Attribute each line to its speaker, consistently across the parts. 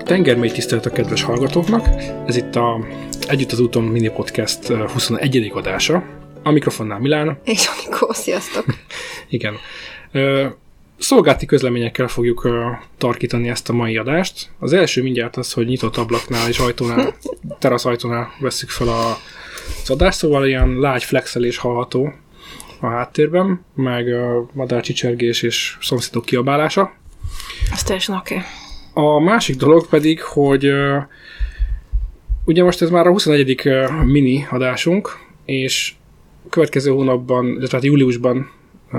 Speaker 1: Tengermély tisztelet a kedves hallgatóknak. Ez itt a Együtt az úton mini podcast 21. adása. A mikrofonnál Milán.
Speaker 2: És Anikó, sziasztok!
Speaker 1: Igen. Szolgálati közleményekkel fogjuk tarkítani ezt a mai adást. Az első mindjárt az, hogy nyitott ablaknál és ajtónál, teraszajtónál vesszük fel az adást, szóval ilyen lágy flexelés hallható a háttérben, meg madárcsicsergés és szomszédok kiabálása.
Speaker 2: Ez teljesen oké.
Speaker 1: A másik dolog pedig, hogy ugye most ez már a 21. mini adásunk, és a következő hónapban, tehát júliusban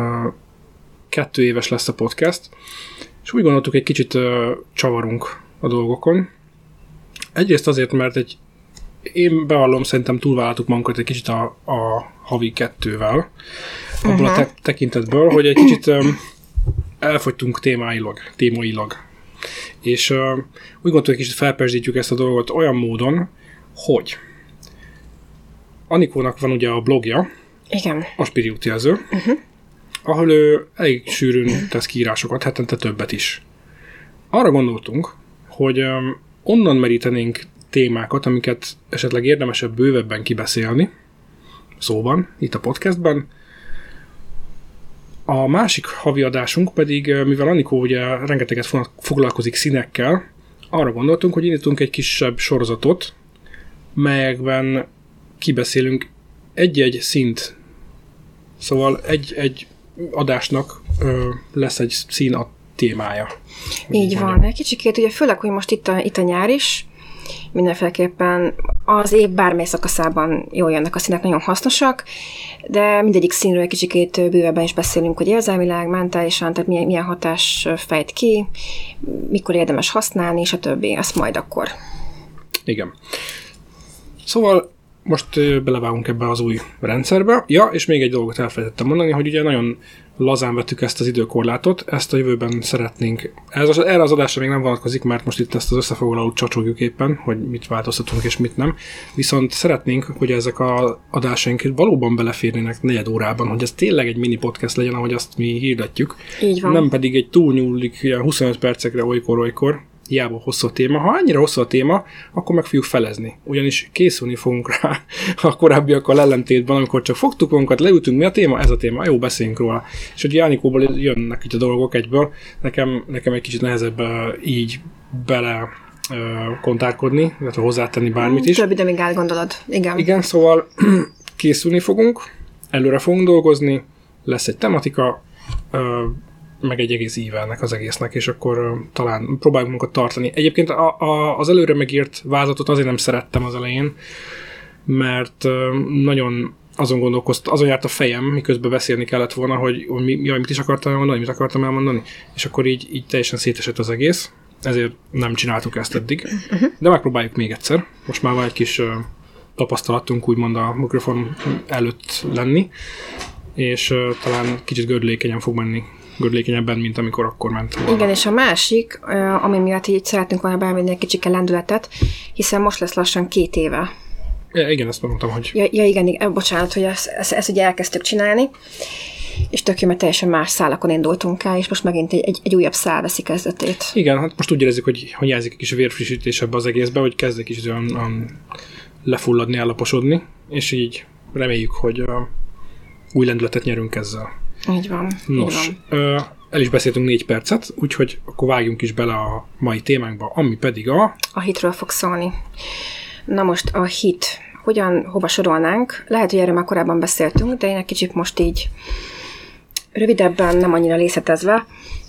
Speaker 1: 2 éves lesz a podcast, és úgy gondoltuk, egy kicsit csavarunk a dolgokon. Egyrészt azért, mert én bevallom, szerintem túlvállaltuk magunkat egy kicsit a havi 2-vel, abból a tekintetből, hogy egy kicsit elfogytunk témailag. És úgy gondoltuk, hogy kicsit felperzsítjük ezt a dolgot olyan módon, hogy Anikónak van ugye a blogja,
Speaker 2: igen,
Speaker 1: a Spiri útjelző, ahol ő elég sűrűn tesz kiírásokat, hetente többet is. Arra gondoltunk, hogy onnan merítenénk témákat, amiket esetleg érdemesebb bővebben kibeszélni, szóban, itt a podcastben. A másik havi adásunk pedig, mivel Anikó ugye rengeteget foglalkozik színekkel, arra gondoltunk, hogy indítunk egy kisebb sorozatot, melyekben kibeszélünk egy-egy színt. Szóval egy adásnak lesz egy szín a témája.
Speaker 2: Így van. Egy kicsikét, ugye főleg, hogy most itt a nyár is, mindenféleképpen az év bármely szakaszában jól jönnek a színek, nagyon hasznosak, de mindegyik színről egy kicsikét bővebben is beszélünk, hogy érzelmileg, mentálisan, tehát milyen hatás fejt ki, mikor érdemes használni, és a többi. Azt majd akkor.
Speaker 1: Igen. Szóval most belevágunk ebbe az új rendszerbe. Ja, és még egy dolgot elfelejtettem mondani, hogy ugye nagyon lazán vettük ezt az időkorlátot, ezt a jövőben szeretnénk. Erre az adásra még nem vonatkozik, mert most itt ezt az összefoglalót csacsogjuk éppen, hogy mit változtatunk és mit nem. Viszont szeretnénk, hogy ezek az adásaink valóban beleférnének 4 órában, hogy ez tényleg egy mini podcast legyen, ahogy azt mi hirdetjük.
Speaker 2: Így van.
Speaker 1: Nem pedig egy túlnyúlik ilyen 25 percekre olykor. Hiába hosszú a téma. Ha annyira hosszú a téma, akkor meg fogjuk felezni. Ugyanis készülni fogunk rá a korábbiakkal ellentétben, amikor csak fogtuk magunkat, leültünk, mi a téma, ez a téma, jó, beszéljünk róla. És hogy Jánikóból jönnek itt a dolgok egyből, nekem egy kicsit nehezebb így bele kontárkodni, illetve hozzátenni bármit is.
Speaker 2: Több időmig átgondolod. Igen.
Speaker 1: Igen, szóval készülni fogunk, előre fogunk dolgozni, lesz egy tematika, meg egy egész íve ennek az egésznek, és akkor talán próbáljuk magunkat tartani. Egyébként az előre megírt vázatot azért nem szerettem az elején, mert nagyon azon járt a fejem, miközben beszélni kellett volna, hogy mit is akartam elmondani, mit akartam elmondani, és akkor így teljesen szétesett az egész, ezért nem csináltuk ezt eddig. De megpróbáljuk még egyszer. Most már van egy kis tapasztalatunk úgymond a mikrofon előtt lenni, és talán kicsit gördülékenyebben, mint amikor akkor ment volna.
Speaker 2: Igen, és a másik, ami miatt így szeretünk volna beállni egy kicsike lendületet, hiszen most lesz lassan 2 éve.
Speaker 1: Ja, igen, ezt mondtam, hogy...
Speaker 2: Ja igen, bocsánat, hogy ezt ugye elkezdtük csinálni, és tök jó, mert teljesen más szálakon indultunk el, és most megint egy újabb szál veszi kezdetét.
Speaker 1: Igen, hát most úgy érezzük, hogy hiányzik egy kis vérfrissítés ebbe az egészbe, hogy kezd egy kicsit olyan lefulladni, ellaposodni, és így reméljük, hogy új lendületet nyerünk ezzel.
Speaker 2: Így van.
Speaker 1: Nos,
Speaker 2: így van.
Speaker 1: El is beszéltünk 4 percet, úgyhogy akkor vágjunk is bele a mai témánkba, ami pedig
Speaker 2: a hitről fog szólni. Na most a hit. Hova sorolnánk? Lehet, hogy erről már korábban beszéltünk, de én egy kicsit most így rövidebben, nem annyira részletezve,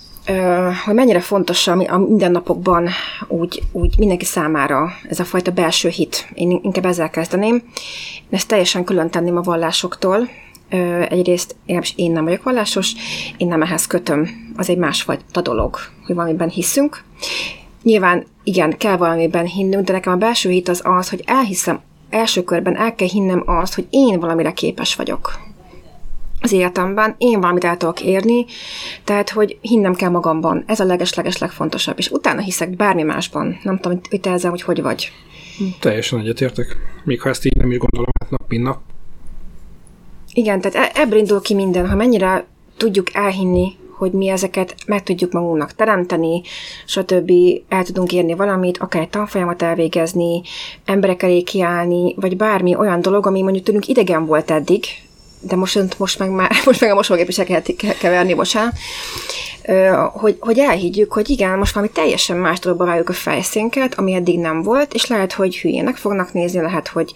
Speaker 2: hogy mennyire fontos a mindennapokban úgy mindenki számára ez a fajta belső hit. Én inkább ezzel kezdeném. Én ezt teljesen külön tenném a vallásoktól. Egyrészt én nem vagyok vallásos, én nem ehhez kötöm. Az egy másfajta dolog, hogy valamiben hiszünk. Nyilván igen, kell valamiben hinnünk, de nekem a belső hit az, hogy elhiszem, első körben el kell hinnem azt, hogy én valamire képes vagyok az életemben, én valamit el tudok érni, tehát, hogy hinnem kell magamban. Ez a leges legfontosabb, és utána hiszek bármi másban. Nem tudom, hogy te ezzel, hogy vagy.
Speaker 1: Teljesen egyetértek. Még ha ezt így nem is gondolom, nap mint nap.
Speaker 2: Igen, tehát ebből indul ki minden, ha mennyire tudjuk elhinni, hogy mi ezeket meg tudjuk magunknak teremteni, stb. El tudunk érni valamit, akár egy tanfolyamat elvégezni, emberek elé kiállni, vagy bármi olyan dolog, ami mondjuk tőlünk idegen volt eddig, de most meg a mosógép is el kell keverni, bocsánat, hogy elhiggyük, hogy igen, most valami teljesen más dologba vágjuk a fejszénket, ami eddig nem volt, és lehet, hogy hülyének fognak nézni, lehet, hogy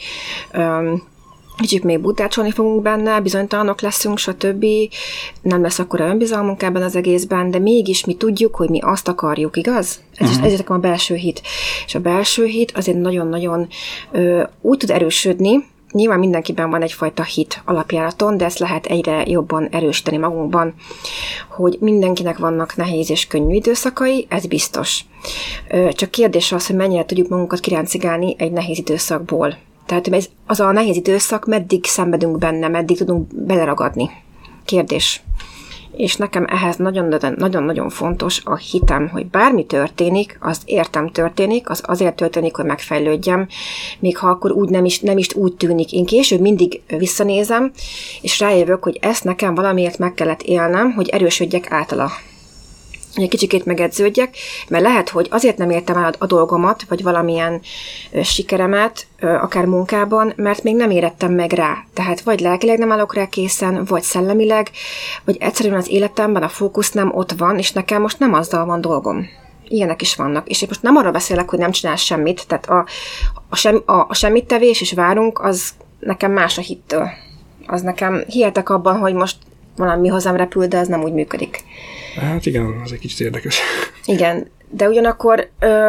Speaker 2: kicsit még butácsolni fogunk benne, bizonytalanok leszünk, stb. Nem lesz akkora önbizalmunk ebben az egészben, de mégis mi tudjuk, hogy mi azt akarjuk, igaz? Ez a belső hit. És a belső hit azért nagyon-nagyon úgy tud erősödni, nyilván mindenkiben van egyfajta hit alapjáraton, de ezt lehet egyre jobban erősíteni magunkban, hogy mindenkinek vannak nehéz és könnyű időszakai, ez biztos. Csak kérdés az, hogy mennyire tudjuk magunkat kiráncigálni egy nehéz időszakból. Tehát ez, az a nehéz időszak, meddig szenvedünk benne, meddig tudunk beleragadni. Kérdés. És nekem ehhez nagyon-nagyon fontos a hitem, hogy bármi történik, az értem történik, az azért történik, hogy megfejlődjem, még ha akkor úgy nem is úgy tűnik. Én később mindig visszanézem, és rájövök, hogy ezt nekem valamiért meg kellett élnem, hogy erősödjek általa. Egy kicsikét megedződjek, mert lehet, hogy azért nem értem el a dolgomat, vagy valamilyen sikeremet, akár munkában, mert még nem érettem meg rá. Tehát vagy lelkileg nem állok rá készen, vagy szellemileg, vagy egyszerűen az életemben a fókusz nem ott van, és nekem most nem azzal van dolgom. Ilyenek is vannak. És én most nem arra beszélek, hogy nem csinál semmit, tehát a semmit tevés és várunk, az nekem más a hittől. Az nekem hihetek abban, hogy most valami hozzám repül, de ez nem úgy működik.
Speaker 1: Hát igen, az egy kicsit érdekes.
Speaker 2: Igen, de ugyanakkor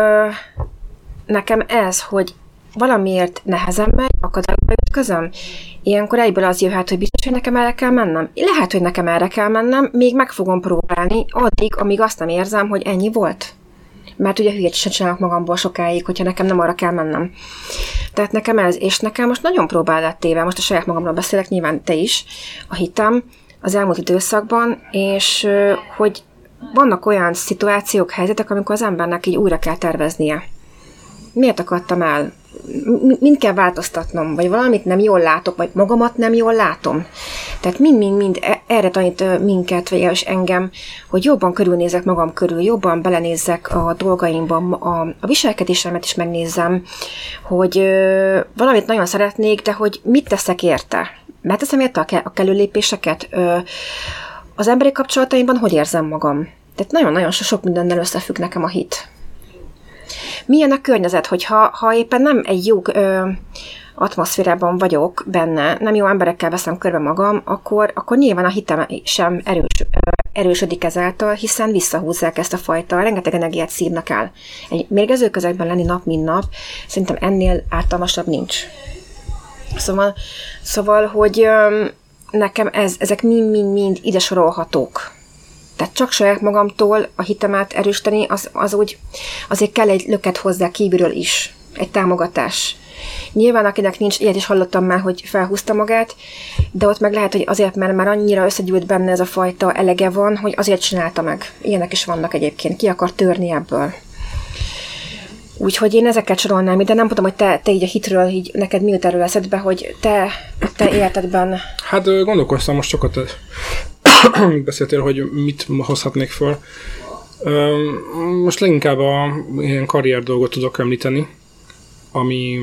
Speaker 2: nekem ez, hogy valamiért nehezen megy, akadályba ütközöm, ilyenkor egyből az jöhet, hogy biztos, hogy nekem erre kell mennem. Lehet, hogy nekem erre kell mennem, még meg fogom próbálni addig, amíg azt nem érzem, hogy ennyi volt. Mert ugye hülyét sem csinálok magamból sokáig, hogyha nekem nem arra kell mennem. Tehát nekem ez, és nekem most nagyon próbál lett téve, most a saját magamról beszélek, nyilván te is, a hitem az elmúlt időszakban, és hogy vannak olyan szituációk, helyzetek, amikor az embernek így újra kell terveznie. Miért akadtam el? Mind kell változtatnom, vagy valamit nem jól látok, vagy magamat nem jól látom. Tehát mind erre tanít minket, vagy engem, hogy jobban körülnézek magam körül, jobban belenézzek a dolgaimba, a viselkedésemet is megnézzem, hogy valamit nagyon szeretnék, de hogy mit teszek érte? Megteszem érte a kellő lépéseket? Az emberi kapcsolataimban hogy érzem magam? Tehát nagyon-nagyon sok mindennel összefügg nekem a hit. Milyen a környezet, hogyha éppen nem egy jó atmoszférában vagyok benne, nem jó emberekkel veszem körbe magam, akkor nyilván a hitem sem erősödik ezáltal, hiszen visszahúzzák ezt a fajta, rengeteg energiát szívnak el. Egy mérgező közegben lenni nap, mint nap, szerintem ennél ártalmasabb nincs. Szóval hogy nekem ezek mind ide sorolhatók. Tehát csak saját magamtól a hitemet erősíteni, az úgy, azért kell egy löket hozzá kívülről is, egy támogatás. Nyilván akinek nincs, ilyet is hallottam már, hogy felhúzta magát, de ott meg lehet, hogy azért, mert már annyira összegyűlt benne ez a fajta elege van, hogy azért csinálta meg. Ilyenek is vannak egyébként, ki akar törni ebből. Úgyhogy én ezeket sorolnám, de nem tudom, hogy te így a hitről, így neked mi jut erről eszedbe, hogy te életedben...
Speaker 1: Hát gondolkoztam most sokat, amíg beszéltél, hogy mit hozhatnék föl. Most leginkább ilyen karrier dolgot tudok említeni, ami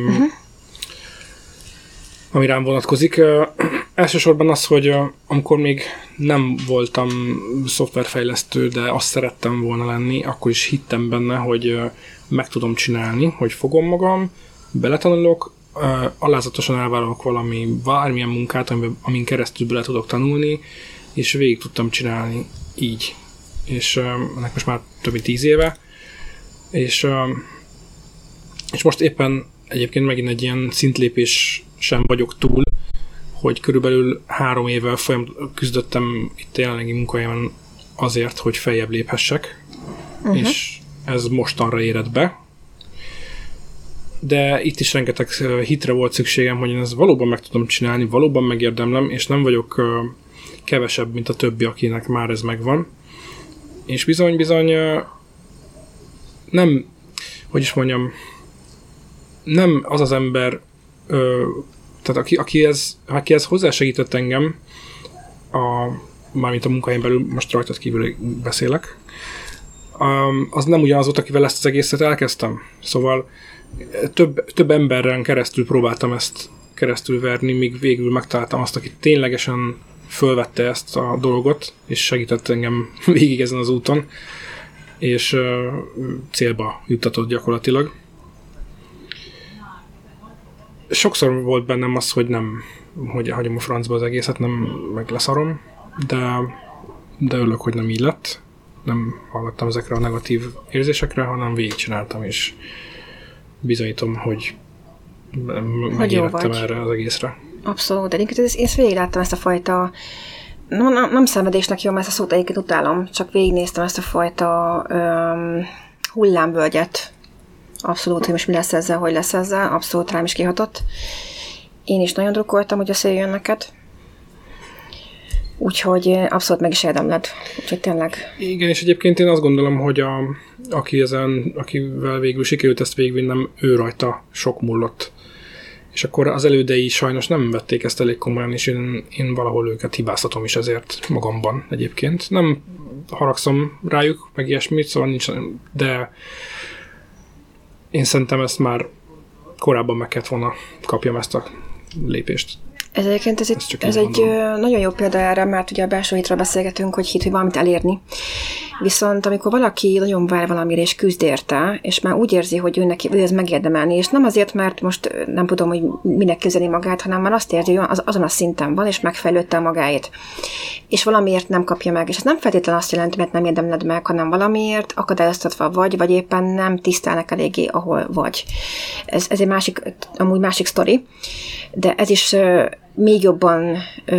Speaker 1: rám vonatkozik. Elsősorban az, hogy amikor még nem voltam szoftverfejlesztő, de azt szerettem volna lenni, akkor is hittem benne, hogy meg tudom csinálni, hogy fogom magam, beletanulok, alázatosan elvállalok bármilyen munkát, amin keresztül bele tudok tanulni, és végig tudtam csinálni így. És ennek most már több mint 10 éve. És most éppen egyébként megint egy ilyen szintlépés sem vagyok túl, hogy körülbelül 3 éve küzdöttem itt a jelenlegi munkahelyemen azért, hogy feljebb léphessek, és ez mostanra érett be. De itt is rengeteg hitre volt szükségem, hogy én ezt valóban meg tudom csinálni, valóban megérdemlem, és nem vagyok kevesebb, mint a többi, akinek már ez megvan. És bizony nem, hogy is mondjam, nem az az ember, tehát aki ez hozzásegített engem mármint a munkahelyen belül, most rajtad kívül beszélek, az nem ugyanaz volt, akivel ezt az egészet elkezdtem. Szóval több emberren keresztül próbáltam ezt keresztülverni, míg végül megtaláltam azt, aki ténylegesen fölvette ezt a dolgot, és segített engem végig ezen az úton, és célba juttatott gyakorlatilag. Sokszor volt bennem az, hogy hogy hagyom a francba az egészet, nem meg leszarom, de örülök, hogy nem így lett. Nem hallgattam ezekre a negatív érzésekre, hanem végigcsináltam, és bizonyítom, hogy megérettem erre az egészre.
Speaker 2: Abszolút. Egyébként én végigláttam ezt a fajta, nem szenvedésnek jó, mert ezt a szót egyébként utálom, csak végignéztem ezt a fajta hullámvölgyet. Abszolút, hogy most mi lesz ezzel, hogy lesz ezzel, abszolút rám is kihatott. Én is nagyon drukkoltam, hogy összejöjjön neked. Úgyhogy abszolút meg is érdemled. Úgyhogy tényleg.
Speaker 1: Igen, és egyébként én azt gondolom, hogy akivel végül sikerült ezt végigvinnem, ő rajta sok múlott. És akkor az elődei sajnos nem vették ezt elég komolyan, és én valahol őket hibáztatom is ezért magamban egyébként. Nem haragszom rájuk, meg ilyesmit, szóval nincs, de én szerintem ezt már korábban meg kellett volna kapjam ezt a lépést.
Speaker 2: Ez egyébként ez egy nagyon jó példa erre, mert ugye a belső hitről beszélgetünk, hogy valamit elérni. Viszont amikor valaki nagyon vár valamire és küzd érte, és már úgy érzi, hogy ő ez megérdemelni, és nem azért, mert most nem tudom, hogy minek képzeli magát, hanem már azt érzi, hogy azon a szinten van, és megfejlődte a magáét. És valamiért nem kapja meg. És ez nem feltétlenül azt jelenti, mert nem érdemled meg, hanem valamiért akadályoztatva vagy éppen nem tisztelnek eléggé, ahol vagy. Ez egy másik sztori, de ez is még jobban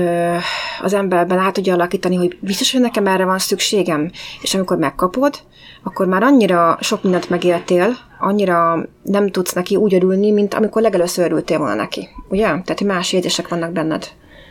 Speaker 2: az emberben át tudja alakítani, hogy biztos, hogy nekem erre van szükségem, és amikor megkapod, akkor már annyira sok mindent megéltél, annyira nem tudsz neki úgy örülni, mint amikor legelőször örültél volna neki. Ugye? Tehát más érzések vannak benned.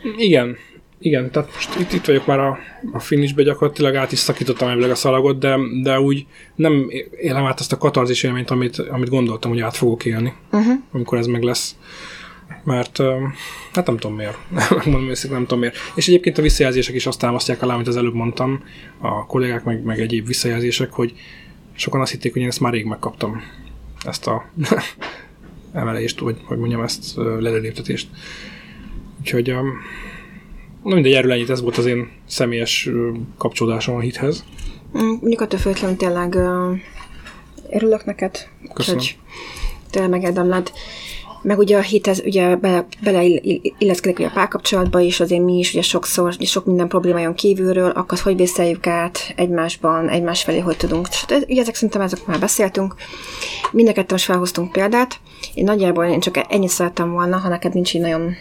Speaker 1: Igen, tehát most itt vagyok már a finishbe, gyakorlatilag át is szakítottam elvileg a szalagot, de úgy nem élem át azt a katarzis élményt, amit gondoltam, hogy át fogok élni, amikor ez meg lesz. Mert hát nem tudom miért. Mondom őszintén, nem tudom miért. És egyébként a visszajelzések is azt támasztják alá, amit az előbb mondtam, a kollégák meg egyéb visszajelzések, hogy sokan azt hitték, hogy én ezt már rég megkaptam. Ezt a emelést, vagy hogy mondjam, ezt leléptetést. Úgyhogy mindegy, erről ennyit, ez volt az én személyes kapcsolódásom a hithez.
Speaker 2: Mondjuk attól függetlenül tényleg örülök neked.
Speaker 1: Köszönöm.
Speaker 2: Úgyhogy tényleg megérdemled. Meg ugye a hithez ugye beleilleszkedik ugye a párkapcsolatba is, azért mi is ugye sokszor, sok minden probléma jön kívülről, akkor hogy beszéljük át egymásban, egymás felé, hogy tudunk. Ugye ezek már beszéltünk. Mindenketten most felhoztunk példát. Én csak ennyit szerettem volna, ha neked nincs így nagyon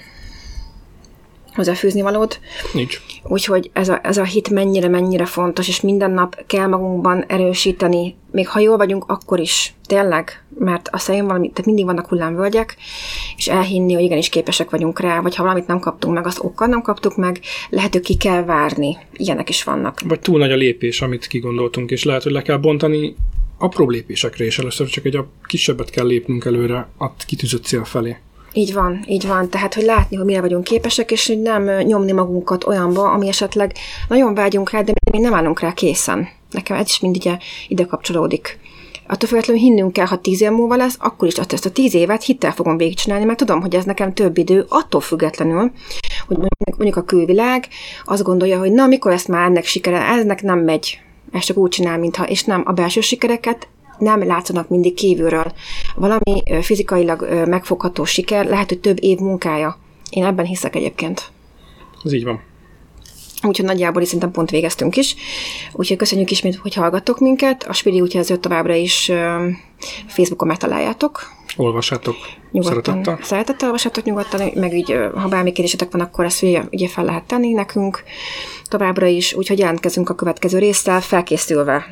Speaker 2: hozzáfűzni valód.
Speaker 1: Nincs.
Speaker 2: Úgyhogy ez a hit mennyire fontos, és minden nap kell magunkban erősíteni, még ha jól vagyunk, akkor is. Tényleg, mert azt hiszem, tehát mindig vannak hullámvölgyek, és elhinni, hogy igenis képesek vagyunk rá, vagy ha valamit nem kaptunk meg, azt okkal nem kaptuk meg, lehet, hogy ki kell várni. Ilyenek is vannak.
Speaker 1: Vagy túl nagy a lépés, amit kigondoltunk, és lehet, hogy le kell bontani apróbb lépésekre, és először csak egy kisebbet kell lépnünk előre a kitűzött cél felé.
Speaker 2: Így van. Tehát, hogy látni, hogy mire vagyunk képesek, és hogy nem nyomni magunkat olyanba, ami esetleg nagyon vágyunk rá, de még nem állunk rá készen. Nekem ez is mindig ide kapcsolódik. Attól függetlenül hinnünk kell, ha 10 év múlva lesz, akkor is ezt a 10 évet hittel fogom végigcsinálni, mert tudom, hogy ez nekem több idő, attól függetlenül, hogy mondjuk a külvilág azt gondolja, hogy na, mikor lesz már ennek sikere, eznek nem megy, ezt csak úgy csinál, mintha, és nem, a belső sikereket nem látszanak mindig kívülről. Valami fizikailag megfogható siker, lehet, hogy több év munkája. Én ebben hiszek egyébként.
Speaker 1: Ez így van.
Speaker 2: Úgyhogy nagyjából is szerintem pont végeztünk is. Úgyhogy köszönjük ismét, hogy hallgattok minket. A Spiri útjelzőt továbbra is Facebookon megtaláljátok.
Speaker 1: Olvassátok
Speaker 2: nyugodtan. Szeretettel olvassátok nyugodtan, meg így, ha bármi kérdésetek van, akkor ezt ugye fel lehet tenni nekünk továbbra is. Úgyhogy jelentkezünk a következő résszel, felkészülve.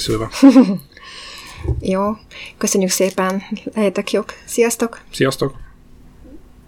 Speaker 2: Jó, köszönjük szépen, legyetek jók. Sziasztok!
Speaker 1: Sziasztok!